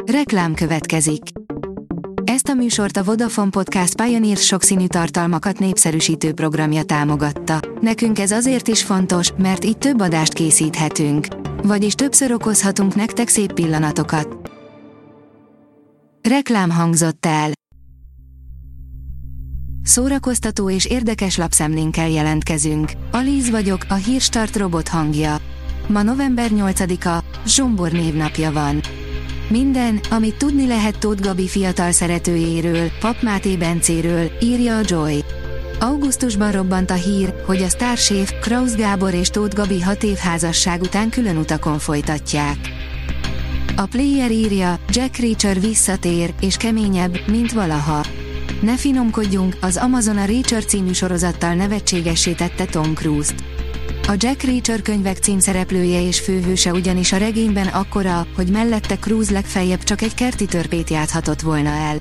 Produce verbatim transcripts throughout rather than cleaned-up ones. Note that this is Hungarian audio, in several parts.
Reklám következik. Ezt a műsort a Vodafone Podcast Pioneer sokszínű tartalmakat népszerűsítő programja támogatta. Nekünk ez azért is fontos, mert így több adást készíthetünk. Vagyis többször okozhatunk nektek szép pillanatokat. Reklám hangzott el. Szórakoztató és érdekes lapszemlénkkel jelentkezünk. Alíz vagyok, a Hírstart robot hangja. Ma november nyolcadika, Zsombor névnapja van. Minden, amit tudni lehet Tóth Gabi fiatal szeretőjéről, Pap Máté Bencéről, írja a Joy. Augusztusban robbant a hír, hogy a sztárséf, Krausz Gábor és Tóth Gabi hat év házasság után külön utakon folytatják. A Player írja, Jack Reacher visszatér, és keményebb, mint valaha. Ne finomkodjunk, az Amazon a Reacher című sorozattal nevetségessé tette Tom Cruise-t. A Jack Reacher könyvek címszereplője és főhőse ugyanis a regényben akkora, hogy mellette Cruise legfeljebb csak egy kerti törpét játhatott volna el.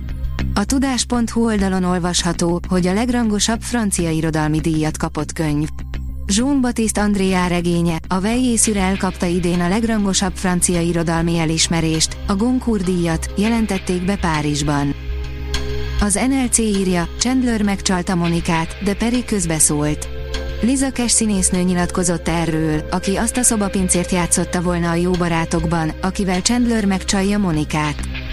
A tudás pont hu oldalon olvasható, hogy a legrangosabb francia irodalmi díjat kapott könyv. Jean-Baptiste Andréa regénye, a Veuillez elkapta idén a legrangosabb francia irodalmi elismerést, a Goncourt díjat, jelentették be Párizsban. Az en el cé írja, Chandler megcsalta Monikát, de Perry közbeszólt. Liza Cash színésznő nyilatkozott erről, aki azt a szobapincért játszotta volna a Jó barátokban, akivel Chandler megcsalja Monikát.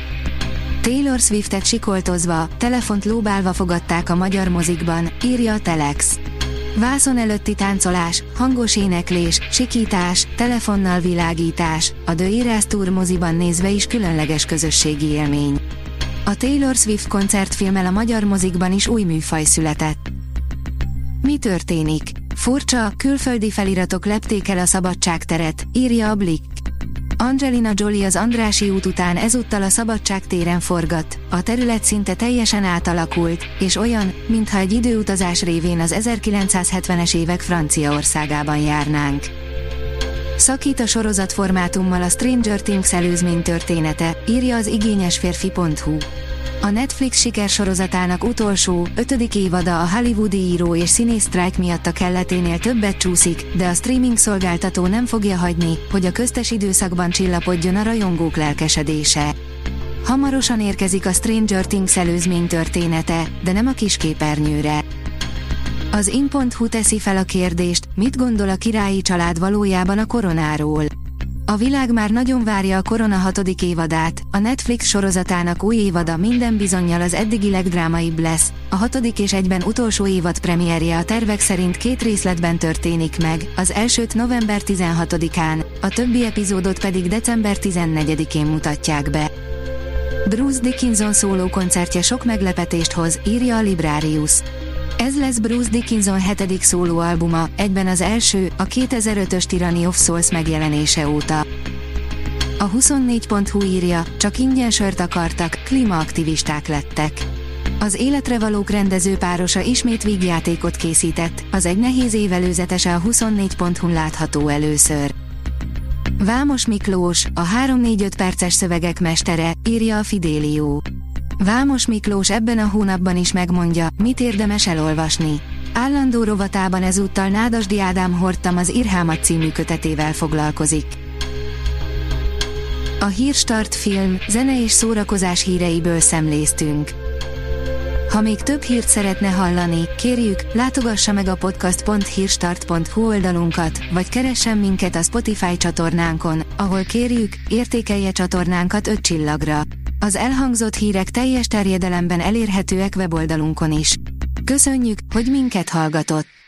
Taylor Swiftet sikoltozva, telefont lóbálva fogadták a magyar mozikban, írja a Telex. Vászon előtti táncolás, hangos éneklés, sikítás, telefonnal világítás, a The Eras Tour moziban nézve is különleges közösségi élmény. A Taylor Swift koncertfilmmel a magyar mozikban is új műfaj született. Mi történik? Furcsa, külföldi feliratok lepték el a szabadságteret, írja a Blick. Angelina Jolie az Andrássy út után ezúttal a Szabadság téren forgat, a terület szinte teljesen átalakult, és olyan, mintha egy időutazás révén az ezerkilencszázhetvenes évek Franciaországában járnánk. Szakít a sorozatformátummal a Stranger Things előzmény története, írja az igényesférfi pont hu. A Netflix sikersorozatának utolsó, ötödik évada a hollywoodi író és színész sztrájk miatt a kelleténél többet csúszik, de a streaming szolgáltató nem fogja hagyni, hogy a köztes időszakban csillapodjon a rajongók lelkesedése. Hamarosan érkezik a Stranger Things előzmény története, de nem a kisképernyőre. Az in pont hu teszi fel a kérdést, mit gondol a királyi család valójában a koronáról. A világ már nagyon várja a Korona hatodik évadát, a Netflix sorozatának új évada minden bizonnyal az eddigi legdrámaibb lesz, a hatodik és egyben utolsó évad premierje a tervek szerint két részletben történik meg, az elsőt november tizenhatodikán, a többi epizódot pedig december tizennegyedikén mutatják be. Bruce Dickinson szóló koncertje sok meglepetést hoz, írja a Librarius. Ez lesz Bruce Dickinson hetedik szólóalbuma, egyben az első, a kétezer-ötös Tyranny of Souls megjelenése óta. A huszonnégy pont hu írja, csak ingyen sört akartak, klímaaktivisták lettek. Az Életre valók rendezőpárosa ismét vígjátékot készített, az egy nehéz év előzetese a huszonnégy pont hu-n látható először. Vámos Miklós, a három-négy-öt perces szövegek mestere, írja a Fidelio. Vámos Miklós ebben a hónapban is megmondja, mit érdemes elolvasni. Állandó rovatában ezúttal Nádasdy Ádám Hordtam az Irhámat című kötetével foglalkozik. A Hírstart film, zene és szórakozás híreiből szemléztünk. Ha még több hírt szeretne hallani, kérjük, látogassa meg a podcast pont hírstart pont hu oldalunkat, vagy keressen minket a Spotify csatornánkon, ahol kérjük, értékelje csatornánkat öt csillagra. Az elhangzott hírek teljes terjedelemben elérhetőek weboldalunkon is. Köszönjük, hogy minket hallgatott!